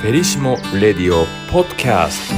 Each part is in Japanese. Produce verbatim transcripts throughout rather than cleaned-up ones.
フェリシモ・レディオ・ポッドキャスト。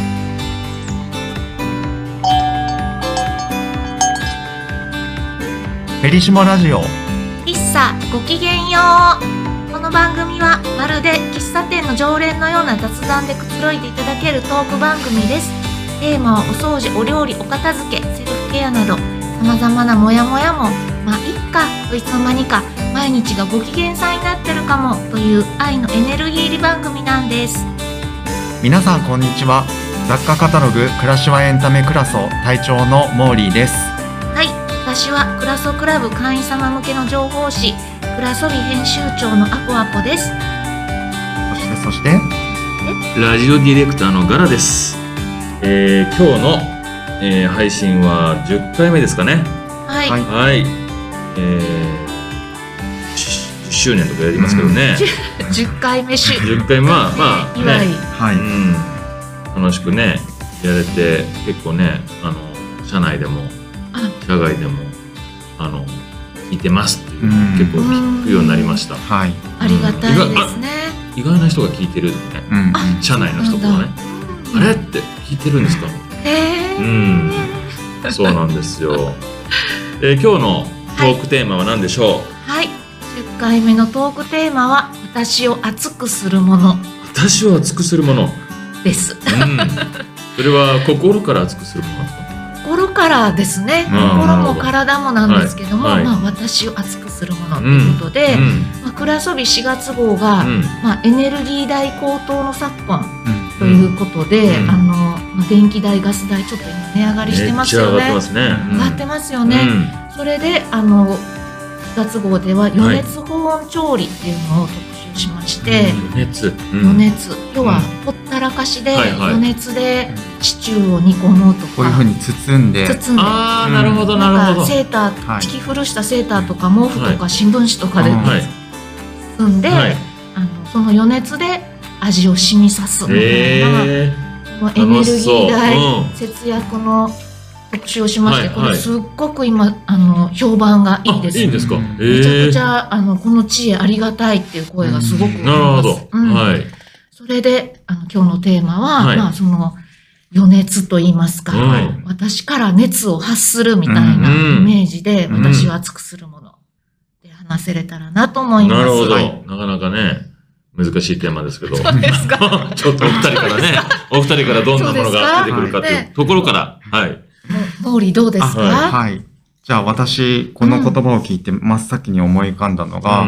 フェリシモラジオ。 喫茶ごきげんよう。この番組はまるで喫茶店の常連のような雑談でくつろいでいただけるトーク番組です。テーマはお掃除、お料理、お片付け、セルフケアなど様々なモヤモヤもまあいっかといつの間にか毎日がご機嫌さんになってるかもという愛のエネルギー入り番組なんです。 皆さんこんにちは。雑貨カタログ暮らしはエンタメクラソ隊長のモーリーです。 はい、私はクラソクラブ会員様向けの情報誌クラソビ編集長のアポアポです。 そしてそしてラジオディレクターのガラです。えー、今日の、えー、配信はじゅっかいめですかね。 はい、 はい、 はい、えーじゅっしゅうねんとかやりますけどね、 うん、じゅっかいめしじゅっかいまあまあ、ね、 祝い、 はい、 うん、楽しくねやれて結構ねあの社内でも社外でもあの聞いてますっていう、うん、結構聞くようになりました。 はい、 ありがたいですね。 意外な人が聞いてるとかね、うん、社内の人とかね、あれって聞いてるんですか。 へー、 うん、そうなんですよ。えー、今日のトークテーマは何でしょう。 はい、じゅっかいめのトークテーマは私を熱くするもの。 私を熱くするものです、 うん、それは心から熱くするものですか。 心からですね、 うん、 心も体もなんですけども、 はいはい、 まあ、私を熱くするものということで、うんまあ、クラソビしがつ号が、うんまあ、エネルギー代高騰の昨今ということで、うん、あのまあ、電気代ガス代ちょっと今値上がりしてますよね。 めっちゃ上がってますね、 うん、上がってますよね、うん、それであのしがつ号では余熱保温調理っていうのを特集しまして、はい、 余熱、うん、 余熱要はほったらかしで余熱でシチューを煮込むとか、 こういう風に包んで包んであーなるほどなるほど、 セーター、はい、敷き古したセーターとか毛布とか新聞紙とかで包んで、はい、あのその余熱で味を染みさすみたいな、エネルギー代、うん、節約の特集をしまして、はいはい、これすっごく今あの評判がいいです。 いいんですか。 めちゃくちゃあのこの知恵ありがたいっていう声がすごくあります。 なるほど、うん、はい。 それであの今日のテーマは、はい、まあその余熱と言いますか、はい、私から熱を発するみたいなイメージで、うん、私を熱くするもので話せれたらなと思います。 なるほど、 はい、 なかなかね難しいテーマですけど、 そうですかちょっとお二人からねお二人からどんなものが出てくるかというところから、はい。 モーリーどうですか。 はい、じゃあ私この言葉を聞いて真っ先に思い浮かんだのが、うん、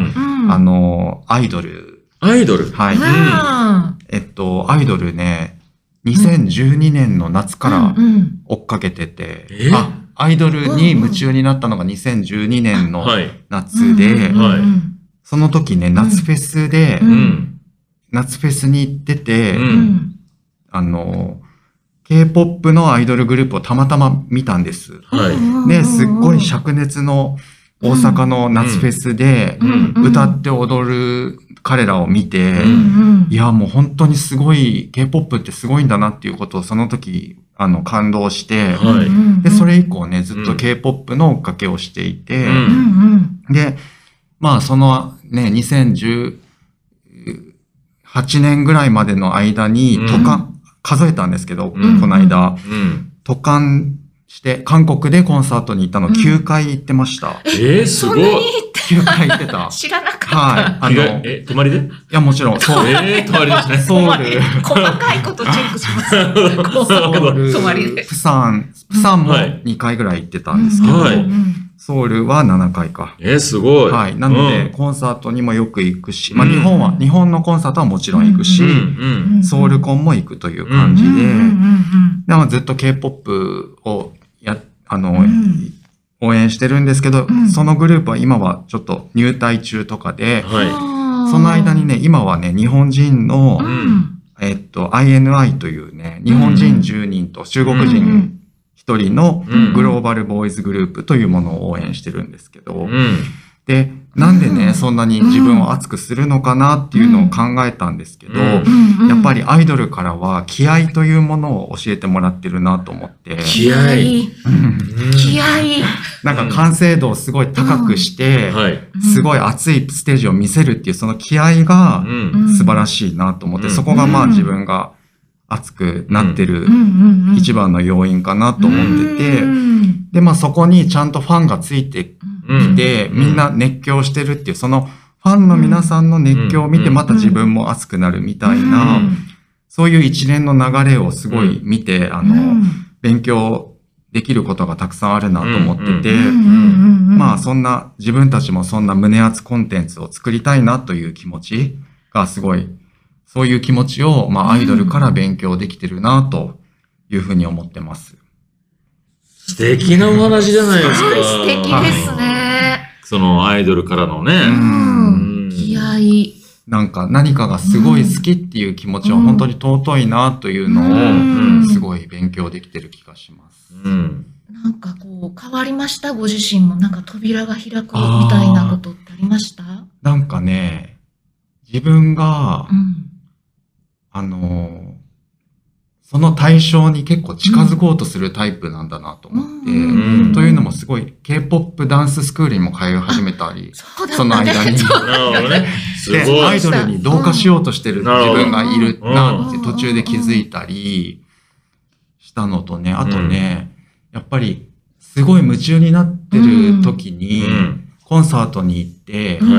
あのアイドルアイドルはい、うん、えっとアイドルねにせんじゅうにねんの夏から追っかけてて、うんうん、あアイドルに夢中になったのがにせんじゅうにねんの夏で、はい、その時ね夏フェスで、うん、夏フェスに行ってて、うん、あのK-ポップ のアイドルグループをたまたま見たんです。はい、で、すっごい灼熱の大阪の夏フェスで歌って踊る彼らを見て、いやもう本当にすごい K-ポップ ってすごいんだなっていうことをその時あの感動して、はい、でそれ以降ねずっと K-ポップ の追っかけをしていて、うん、でまあそのねにせんじゅうはちねんぐらいまでの間にとか、うん数えたんですけど、うん、この間、うん、渡韓して韓国でコンサートに行ったのきゅうかい行ってました。うん、 えー、すごい。 きゅうかい行ってた。 知らなかった。 はい。あの、 え、泊まりで？いや、もちろん。 そう。えー、泊まりですね。 ソウル。 細かいことチェックします。 ソウル、泊まりで。プサン、プサンもにかいぐらい行ってたんですけど、はい、ソウルはななかいか。 えー、すごい。 はい。なので、うん、コンサートにもよく行くし、まあ日本は、うん、日本のコンサートはもちろん行くし、うんうん、ソウルコンも行くという感じで、でもずっと K-ポップ をや、あの、うん、応援してるんですけど、うん、そのグループは今はちょっと入隊中とかで、はい、その間にね、今はね、日本人の、うん、えっと、アイエヌアイ というね、日本人じゅうにんと中国人ひとりのグローバルボーイズグループというものを応援してるんですけど、うん、で、 なんでね、そんなに自分を熱くするのかなっていうのを考えたんですけど、やっぱりアイドルからは気合というものを教えてもらってるなと思って。 気合い。 気合なんか完成度をすごい高くして、すごい熱いステージを見せるっていうその気合が素晴らしいなと思って、そこがまあ自分が熱くなってる一番の要因かなと思ってて、で、まあそこにちゃんとファンがついてきて、みんな熱狂してるっていう、そのファンの皆さんの熱狂を見てまた自分も熱くなるみたいな、そういう一連の流れをすごい見て、あの、勉強できることがたくさんあるなと思ってて、まあそんな、自分たちもそんな胸熱コンテンツを作りたいなという気持ちがすごい、そういう気持ちを、まあアイドルから勉強できてるなというふうに思ってます。 素敵なお話じゃないですか。 素敵ですね。 そのアイドルからのね。 うん、気合い。 なんか何かがすごい好きっていう気持ちは本当に尊いなというのをすごい勉強できてる気がします。 うん、 なんかこう変わりました？ご自身もなんか扉が開くみたいなことってありました？ なんかね、自分が、 うん、 あの、その対象に結構近づこうとするタイプなんだなと思って、うん、というのもすごい K-ポップ ダンススクールにも通い始めたり、 そ, ね、 その間に。 なるほどね。すごい。 で、アイドルに同化しようとしてる自分がいるなって途中で気づいたりしたのとね、あとね、やっぱりすごい夢中になってる時にコンサートに行って、 うんうん、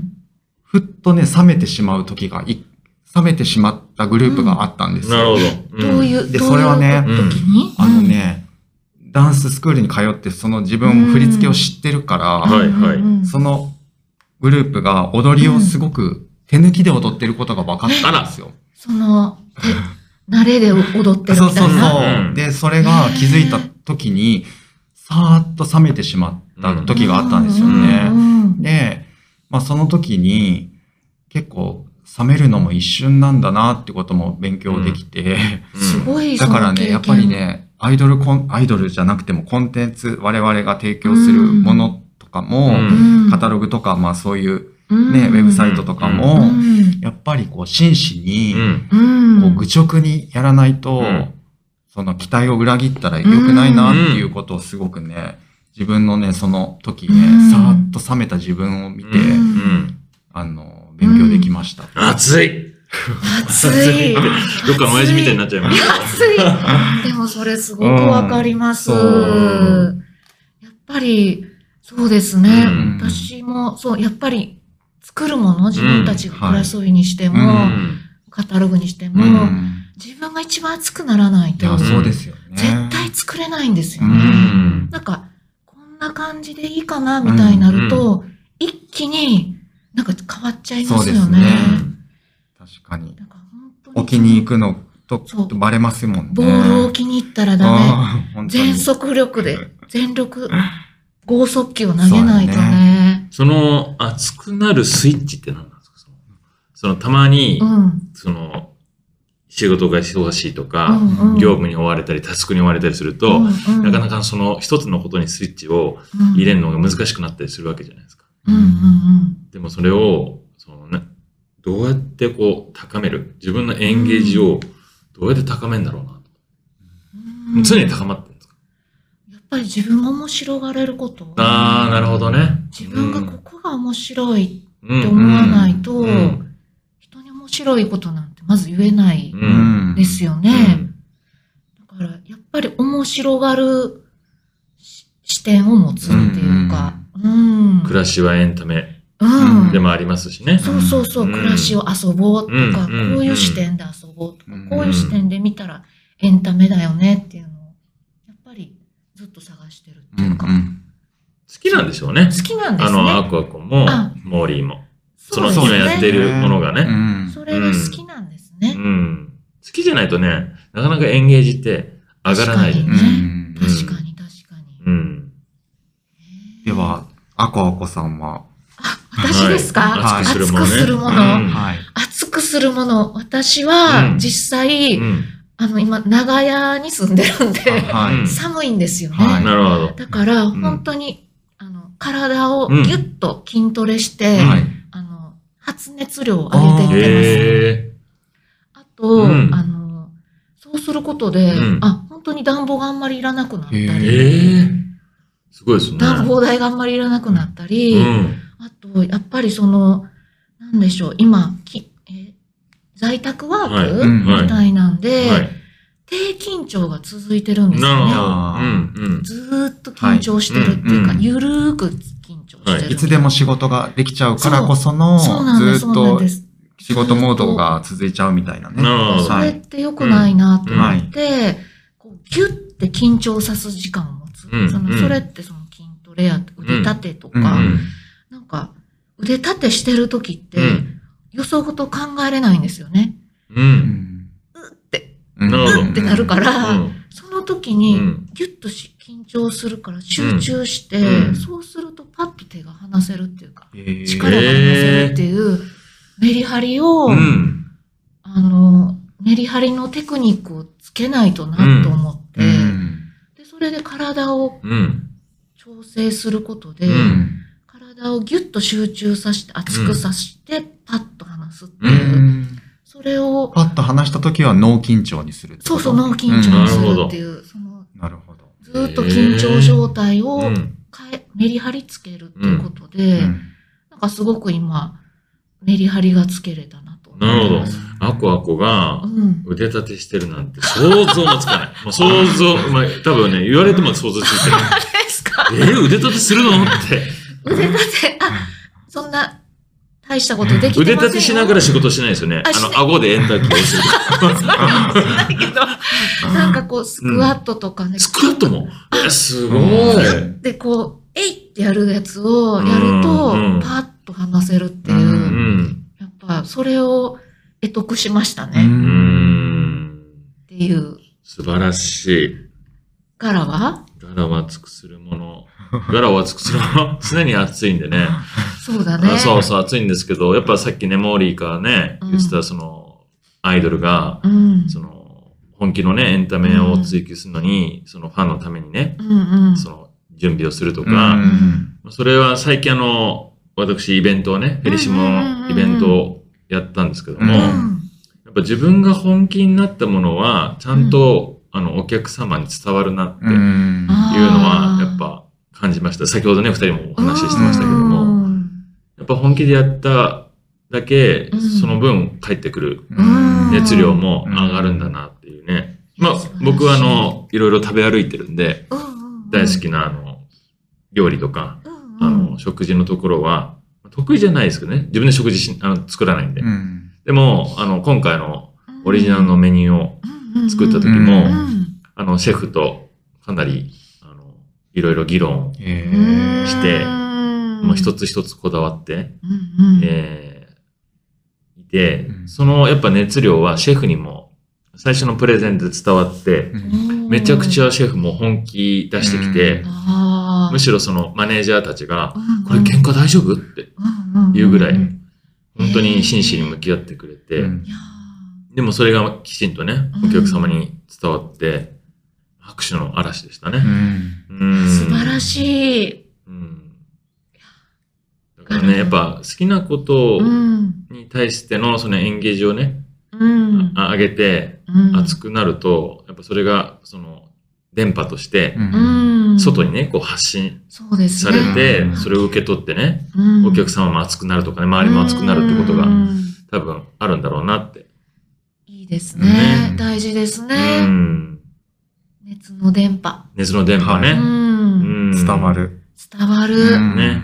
ふっとね、冷めてしまう時がい冷めてしまったグループがあったんですよ。 なるほど。 どういう、 で、それはね、あのね、ダンススクールに通って、その自分も振り付けを知ってるから、 はいはい。 そのグループが踊りをすごく手抜きで踊ってることが分かったんですよ。 その、慣れで踊ってるみたいな。 そうそうそう。で、それが気づいた時に、さーっと冷めてしまった時があったんですよね。で、まあその時に、結構、冷めるのも一瞬なんだなってことも勉強できて、 うん、すごいだからね、やっぱりね、アイドルコン、アイドルじゃなくてもコンテンツ、我々が提供するものとかも、うん、カタログとか、まあそういうね、うん、ウェブサイトとかも、うん、やっぱりこう真摯に、うん、こう愚直にやらないと、うん、その期待を裏切ったら良くないなっていうことをすごくね、自分のね、その時ね、うん、さーっと冷めた自分を見て、うん、あの、勉強できました。 熱い熱いどっかの親父みたいになっちゃいました。 熱いでもそれすごくわかります。うん、やっぱり、そうですね、うん。私も、そう、やっぱり作るもの、自分たちがクラソイにしても、うんはい、カタログにしても、うん、自分が一番熱くならないと、 いやそうですよね、 絶対作れないんですよね。うん、なんか、こんな感じでいいかな、みたいになると、うん、一気に、なんか変わっちゃいますよね。そうですね。 確かに。置きに行くのとバレますもんね。 ボールを置きに行ったらダメ。全速力で、全力、剛速球を投げないとね。 その熱くなるスイッチって何なんですか？そのたまに、うん、その仕事が忙しいとか、うんうん、業務に追われたり、タスクに追われたりすると、うんうん、なかなかその一つのことにスイッチを入れるのが難しくなったりするわけじゃないですか。 うんうんうん、 でもそれをその、ね、どうやってこう高める自分のエンゲージをどうやって高めるんだろうなと、うん、常に高まってるんですか？ やっぱり自分が面白がれること。 ああ、なるほどね。 自分がここが面白いって思わないと、うんうん、人に面白いことなんてまず言えないですよね、うんうん、だからやっぱり面白がる視点を持つっていうか、うんうん、 暮らしはエンタメでもありますしね。 そうそうそう、うん、暮らしを遊ぼうとか、うん、こういう視点で遊ぼうとか、うん、こういう視点で見たらエンタメだよねっていうのを、やっぱりずっと探してるっていうか。うんうん、 好きなんでしょうね。 好きなんですね。 あの、アクアコも、モーリーも。その今やっているものがね。うん、 それが好きなんですね、 うん。うん。好きじゃないとね、なかなかエンゲージって上がらないじゃないですか。 確かに確かに。 うん。 では、アコアコさんは、 あ、私ですか？ はい、熱くするもの。熱くするもの。私は、実際、うん、あの、今、長屋に住んでるんで、はい、寒いんですよね。 はい、なるほど。 だから、本当に、あの、 体をギュッと筋トレして、うんはい、あの、発熱量を上げていってます。あと、うん、あの、そうすることで、うん、あ、本当に暖房があんまりいらなくなったり、 すごいですね。 暖房代があんまりいらなくなったり、うん、あと、やっぱりその、なんでしょう、今、きえー、在宅ワークみたいなんで、はいはい、低緊張が続いてるんですよね。うんうん、ずーっと緊張してるっていうか、はい、ゆるーく緊張してる、はい。 いつでも仕事ができちゃうからこその、ずーっと仕事モードが続いちゃうみたいなね。 それって良くないなと思って、うんはい、こうギュッて緊張さす時間を持つ。うん、そのそれってその筋トレや腕立てとか、うん、なんか腕立てしてる時って、うん、予想ごと考えれないんですよね。うん。うって、うってなるから、うん、その時にギュッとし緊張するから集中して、うん、そうするとパッと手が離せるっていうか、力が離せるっていうメリハリを、うん、あの、メリハリのテクニックをつけないとなと思って、うん、でそれで体を調整することで、うん、体をギュッと集中させて、熱くさせて、パッと離すっていう。うん、それを。 パッと離したときは脳緊張にするってこと。 そうそう、脳緊張にするっていう。うん、そのなるほど。 ずっと緊張状態を変え、メリハリつけるっていうことで、うん、なんかすごく今、メリハリがつけれたなと。 なるほど。アコアコが腕立てしてるなんて想像もつかない。まあ、想像、まあ、多分ね、言われても想像ついてる。 ですか？ えー、腕立てするのって。 腕立て、あ、そんな大したことできてませんよ。 腕立てしながら仕事しないですよね。あ, あの、顎でエンターキーをする。 だけど、なんかこう、スクワットとかね。うん、 スクワットもえ、すごい。 で、こう、えいってやるやつをやると、パッと離せるっていう。うん、やっぱ、それを得得しましたね。うん、っていう。 素晴らしい。 ガラはガラは熱くするもの。ガラは熱くするもの。常に熱いんでね。 そうだね。 そうそう、熱いんですけど、やっぱさっきね、モーリーからね、言ってたその、アイドルが、うん、その、本気のね、エンタメを追求するのに、うん、そのファンのためにね、うんうん、その、準備をするとか、うんうん、それは最近あの、私イベントをね、フェリシモのイベントをやったんですけども、うん、やっぱ自分が本気になったものは、ちゃんと、うん、あの、お客様に伝わるなっていうのは、やっぱ感じました。先ほどね、二人もお話ししてましたけども、やっぱ本気でやっただけ、その分返ってくる熱量も上がるんだなっていうね。まあ、僕はあの、いろいろ食べ歩いてるんで、大好きなあの、料理とか、あの、食事のところは、得意じゃないですけどね。自分で食事し、あの、作らないんで。うん、でも、あの、今回のオリジナルのメニューを作った時も、あの、シェフとかなり、あの、いろいろ議論して、もう一つ一つこだわって、えー、いて、その、やっぱ熱量はシェフにも、最初のプレゼンで伝わって、めちゃくちゃシェフも本気出してきて、むしろそのマネージャーたちが、これ原価大丈夫っていうぐらい、本当に真摯に向き合ってくれて、でもそれがきちんとね、お客様に伝わって、拍手の嵐でしたね。 素晴らしい。 だからね、やっぱ好きなことに対してのそのエンゲージをね、上げて熱くなると、やっぱそれがその電波として、外にね、こう発信されて、それを受け取ってね、お客様も熱くなるとかね、周りも熱くなるってことが多分あるんだろうなって。 いいですね。大事ですね。熱の電波。 熱の電波ね。 伝わる。 伝わる。ね。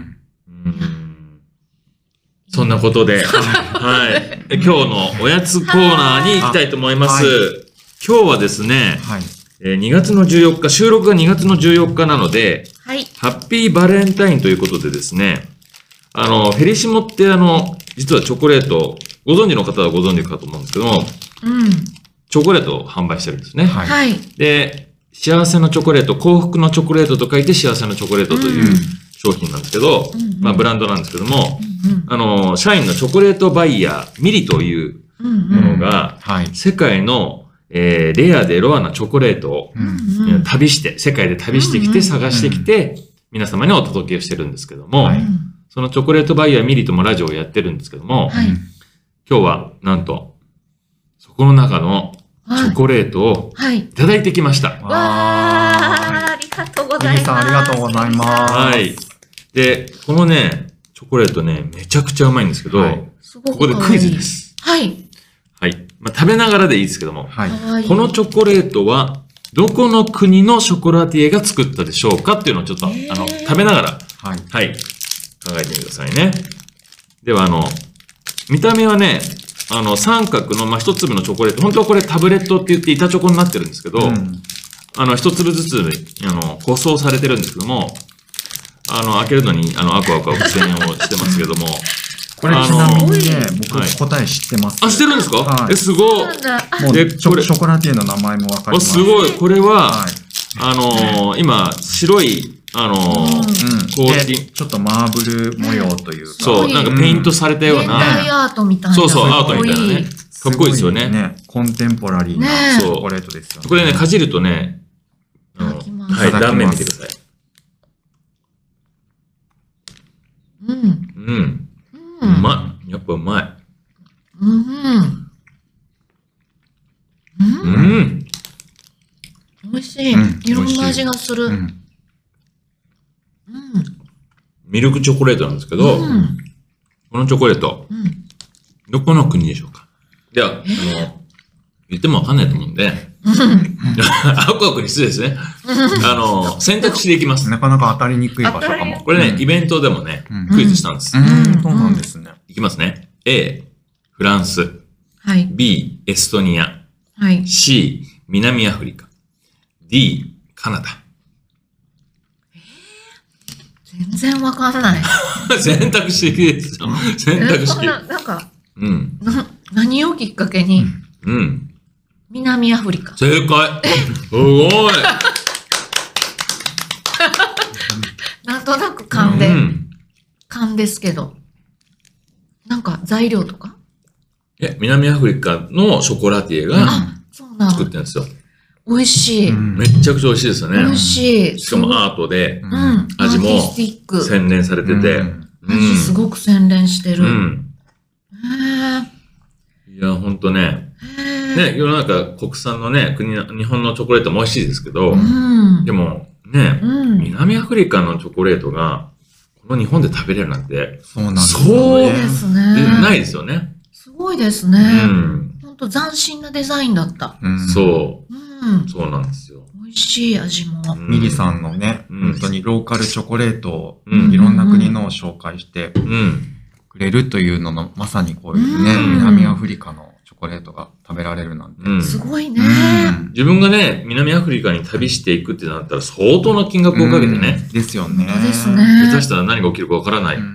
そんなことで、はい。今日のおやつコーナーに行きたいと思います。今日はですね、にがつのじゅうよっか、収録がにがつのじゅうよっかなので、はい、ハッピーバレンタインということでですね、あの、フェリシモってあの、実はチョコレート、ご存知の方はご存知かと思うんですけども、うん、チョコレートを販売してるんですね。はい。で、幸せのチョコレート、幸福のチョコレートと書いて幸せのチョコレートという商品なんですけど、うんうん、まあブランドなんですけども、うんうん、あの、社員のチョコレートバイヤー、ミリというものが、うんうんはい、世界のえー、レアでロアなチョコレートを、うんうん、旅して、世界で旅してきて、探してきて、 皆様にお届けをしてるんですけども、 はい、 そのチョコレートバイヤーミリともラジオをやってるんですけども、はい、今日はなんと、そこの中のチョコレートをいただいてきました。はい、 わー、ありがとうございます。 ミリさんありがとうございます。 はい。で、このね、チョコレートね、めちゃくちゃうまいんですけど、はい、ここでクイズです。 はい。 はい。まあ、食べながらでいいですけども、 はい、 このチョコレートは、どこの国のショコラティエが作ったでしょうかっていうのをちょっと、あの、食べながら、はい。はい。考えてみてくださいね。では、あの、見た目はね、あの、三角の、まあ、一粒のチョコレート、本当はこれタブレットって言って板チョコになってるんですけど、うん、あの、一粒ずつ、あの、包装されてるんですけども、あの、開けるのに、あの、アクアクア苦戦をしてますけども、 これちなみにね、僕答え知ってます。 あ、知ってるんですか？はい、え、すごい。 もうショコラティエの名前もわかります。 あ、すごい。これは、はい、あのー、今、白い、あのー、うん、 コーティング。ちょっとマーブル模様というか。 そう、なんかペイントされたような。 現代アートみたいな。 そうそう、アートみたいなね。かっこいいですよね。 ね、コンテンポラリーなチョコレートですよね。 これね、かじるとね、あのはい、断面見てください。 うん。 うん。うまい。やっぱうまい。 うん。 うん。 美味しい。いろんな味がする。うん。 ミルクチョコレートなんですけど、このチョコレート、どこの国でしょうか？では、あの、言ってもわかんないと思うんで、アクアクに失礼ですね。あの、選択肢でいきます。 なかなか当たりにくい場所かも。 これね、イベントでもね、クイズしたんです。 うん、そうなんですね。 いきますね。A、フランス。 はい。 B、エストニア。 はい。 C、南アフリカ。D、カナダ。 全然わかんない。 選択肢ですよ。選択肢。 なんか、 うん。 な、何をきっかけに、 うん。 南アフリカ。 正解。すごい。 なんとなく勘で、勘ですけど。なんか材料とか？ え、南アフリカのショコラティエが作ってるんですよ。 美味しい。 めっちゃくちゃ美味しいですよね。 美味しい。 しかもアートで、味も洗練されてて。 味すごく洗練してる。 いや、ほんとね。ね、世の中国産のね、国の、日本のチョコレートも美味しいですけど、でもね、南アフリカのチョコレートが、この日本で食べれるなんて、 そうなんですね。そうですね。 ないですよね。 すごいですね。ほんと斬新なデザインだった。 そう。そうなんですよ。 美味しい味も。 ミリさんのね、本当にローカルチョコレートをいろんな国のを紹介してくれるというのの、まさにこういうね、南アフリカのチョコレートが食べられるなんて。 すごいね。 自分がね、南アフリカに旅していくってなったら相当な金額をかけてね。 ですよね。 ですね。 下手したら何が起きるかわからない。うん。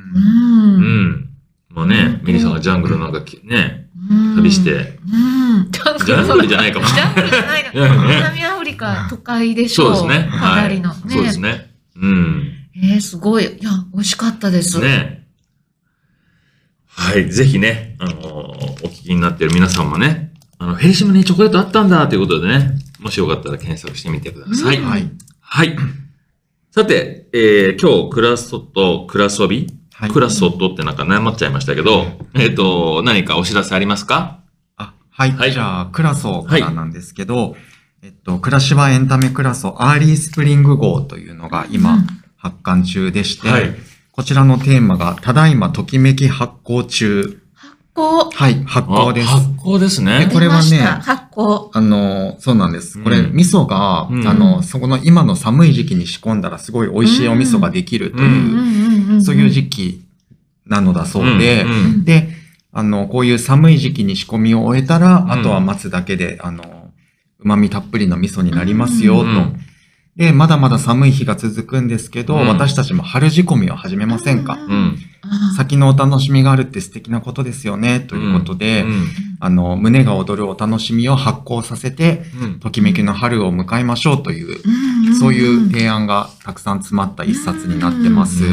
まあね、ミリさんがジャングルなんかね、旅して。ジャングルじゃないかも。 ジャングルじゃないの。南アフリカ都会でしょ。 そうですね。 かなりの。 そうですね。うん。 えー、すごい。いや、美味しかったです。 ね。はい。ぜひね、あの、お聞きになっている皆さんもね、あの、ヘルシムにチョコレートあったんだということでね、もしよかったら検索してみてください。 はい。 はい。さて、えー、今日、クラソとクラソビ、はい、クラソットってなんか悩まっちゃいましたけど、えっと、何かお知らせありますか？ あ、はい。はい、じゃあ、クラソからなんですけど、はい、えっと、暮らしはエンタメクラソアーリースプリング号というのが今、発刊中でして、はい、こちらのテーマが、ただいまときめき発行中。 発行はい、発行です。 発行ですね。 で、これはね、 発行。 あの、そうなんです。これ、うん、味噌が、うん、あの、そこの今の寒い時期に仕込んだらすごい美味しいお味噌ができるという、そういう時期なのだそうで、うんうん、で、あの、こういう寒い時期に仕込みを終えたら、うん、あとは待つだけで、あの、旨味たっぷりの味噌になりますよ、と。うん、で、まだまだ寒い日が続くんですけど、うん、私たちも春仕込みを始めませんか、うん、先のお楽しみがあるって素敵なことですよね、ということで、うんうん、あの、胸が躍るお楽しみを発酵させて、うん、ときめきの春を迎えましょうという、うん、そういう提案がたくさん詰まった一冊になってます。うん、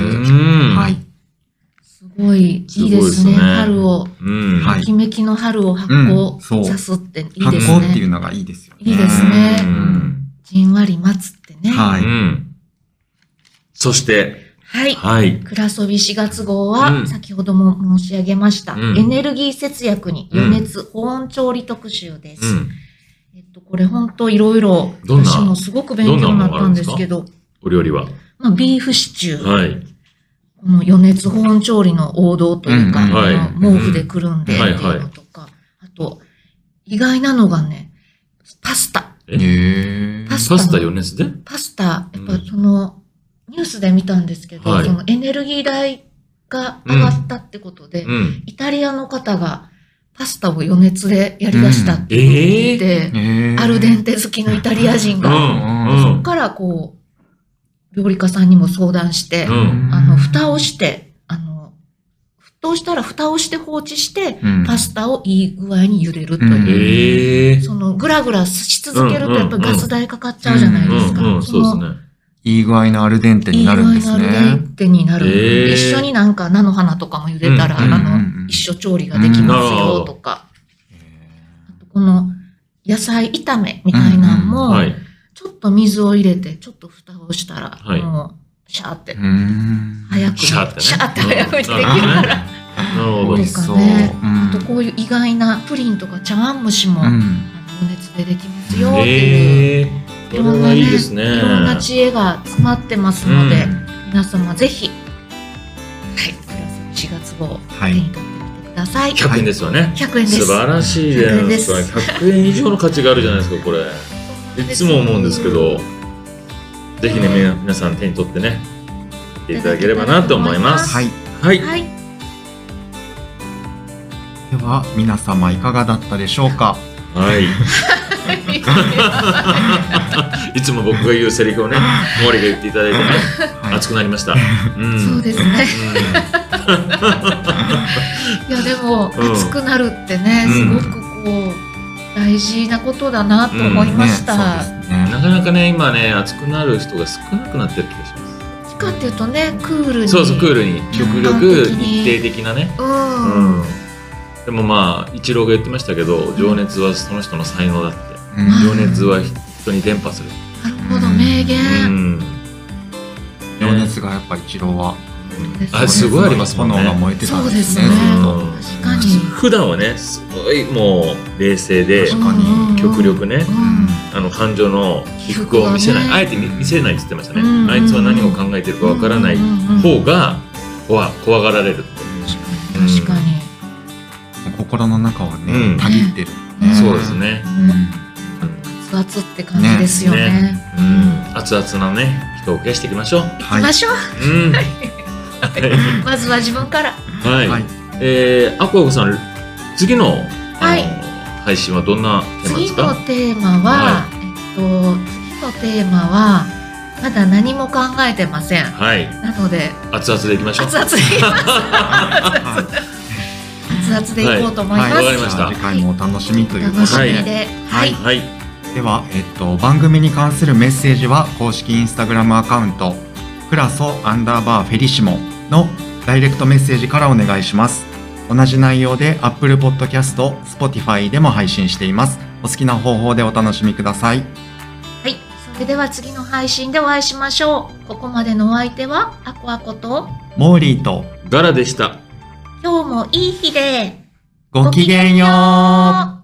はい。 すごい、いいですね。春を、うん、ときめきの春を発酵さすっていいですね。 発酵っていうのがいいですよね。 いいですね。うん、じんわり待つってね。 はい。うん、 そして、 はい。 はい。 クラソビしがつ号は、先ほども申し上げました、うん、エネルギー節約に余熱保温調理特集です。うん、えっと、これ本当いろいろ、私もすごく勉強になったんですけど、 お料理は、 まあ、ビーフシチュー。 はい。 この余熱保温調理の王道というか、うんはい、毛布でくるんでっていうのとか、あと、意外なのがね、パスタ。 えパスタ。パスタ余熱でパスタ、やっぱその、ニュースで見たんですけど、はい、そのエネルギー代が上がったってことで、うん、イタリアの方がパスタを余熱でやり出したって言って、うんえー、アルデンテ好きのイタリア人が、うん、そこからこう、料理家さんにも相談して、うん、あの、蓋をして、あの、沸騰したら蓋をして放置して、うん、パスタをいい具合に茹でるという、うん、その、ぐらぐらし続けるとやっぱりガス代かかっちゃうじゃないですか。 そうですね。 いい具合のアルデンテになるんですね。いい具合のアルデンテになる。えー、一緒になんか菜の花とかも茹でたら、うん、あの、一緒調理ができますよとか。うん、この野菜炒めみたいなのも、うんはい、ちょっと水を入れて、ちょっと蓋をしたら、はい、もう、シャーって、早く、 シャーってね。 シャーって早くにできるから。 なるほど。 とかね、うん、あとこういう意外なプリンとか茶碗蒸しも、うん、余熱でできますよっていう。えーいろんなね、いいですね。 いろんな知恵が詰まってますので、うん、皆様ぜひ、はい、しがつ号、手に取ってみてください。 ひゃくえんですよね。 ひゃくえんです。 素晴らしいです。ひゃくえん以上の価値があるじゃないですか、これ。いつも思うんですけど、ぜひね、皆さん手に取ってね、見ていただければなと思います。 はい。 はい。はい、 では、皆様いかがだったでしょうか。 はい。いつも僕が言うセリフをね、毛利が言っていただいてね、はい、熱くなりました。 うん、そうですね。いやでも、うん、熱くなるってね、すごくこう大事なことだなと思いました。 うんねね、なかなかね今ね熱くなる人が少なくなってる気がします。 どっちかっていうとねクールに。 そうそうクールに極力一定的なね。うん。うん、でもまあ一郎が言ってましたけど、情熱はその人の才能だって。うん、情熱は人に伝播する。 なるほど、名言。うん、 情熱がやっぱ一郎は、 うん、あすごいありますもんね。 炎が燃えてたんですね。 確かに。 普段はねすごいもう冷静で極力ね、うん、あの感情の起伏を見せない、ね、あえて見せないって言ってましたね。うん、あいつは何を考えてるかわからない方が怖怖がられるって。 確かに。 心の中はね、たぎってる。 そうですね。 熱々って感じですよね。ねうん、熱々なね人を増やしていきましょう。 いきましょう。うん、まずは自分から。 はい。はい、えー、アコアコさん次の、はい、配信はどんなテーマですか？ 次のテーマは、はい、えっと次のテーマはまだ何も考えてません。はい。なので熱々でいきましょう。 熱々でいきます。熱々でいこうと思います。 はい、わかりました。 次回もお楽しみということで。 楽しみで。はい。 はい。 では、えっと、番組に関するメッセージは公式インスタグラムアカウントクラソアンダーバーフェリシモのダイレクトメッセージからお願いします。同じ内容で Apple Podcast、Spotify でも配信しています。お好きな方法でお楽しみください。 はい、それでは次の配信でお会いしましょう。ここまでのお相手はアコアコとモーリーとガラでした。 今日もいい日でごきげんよう。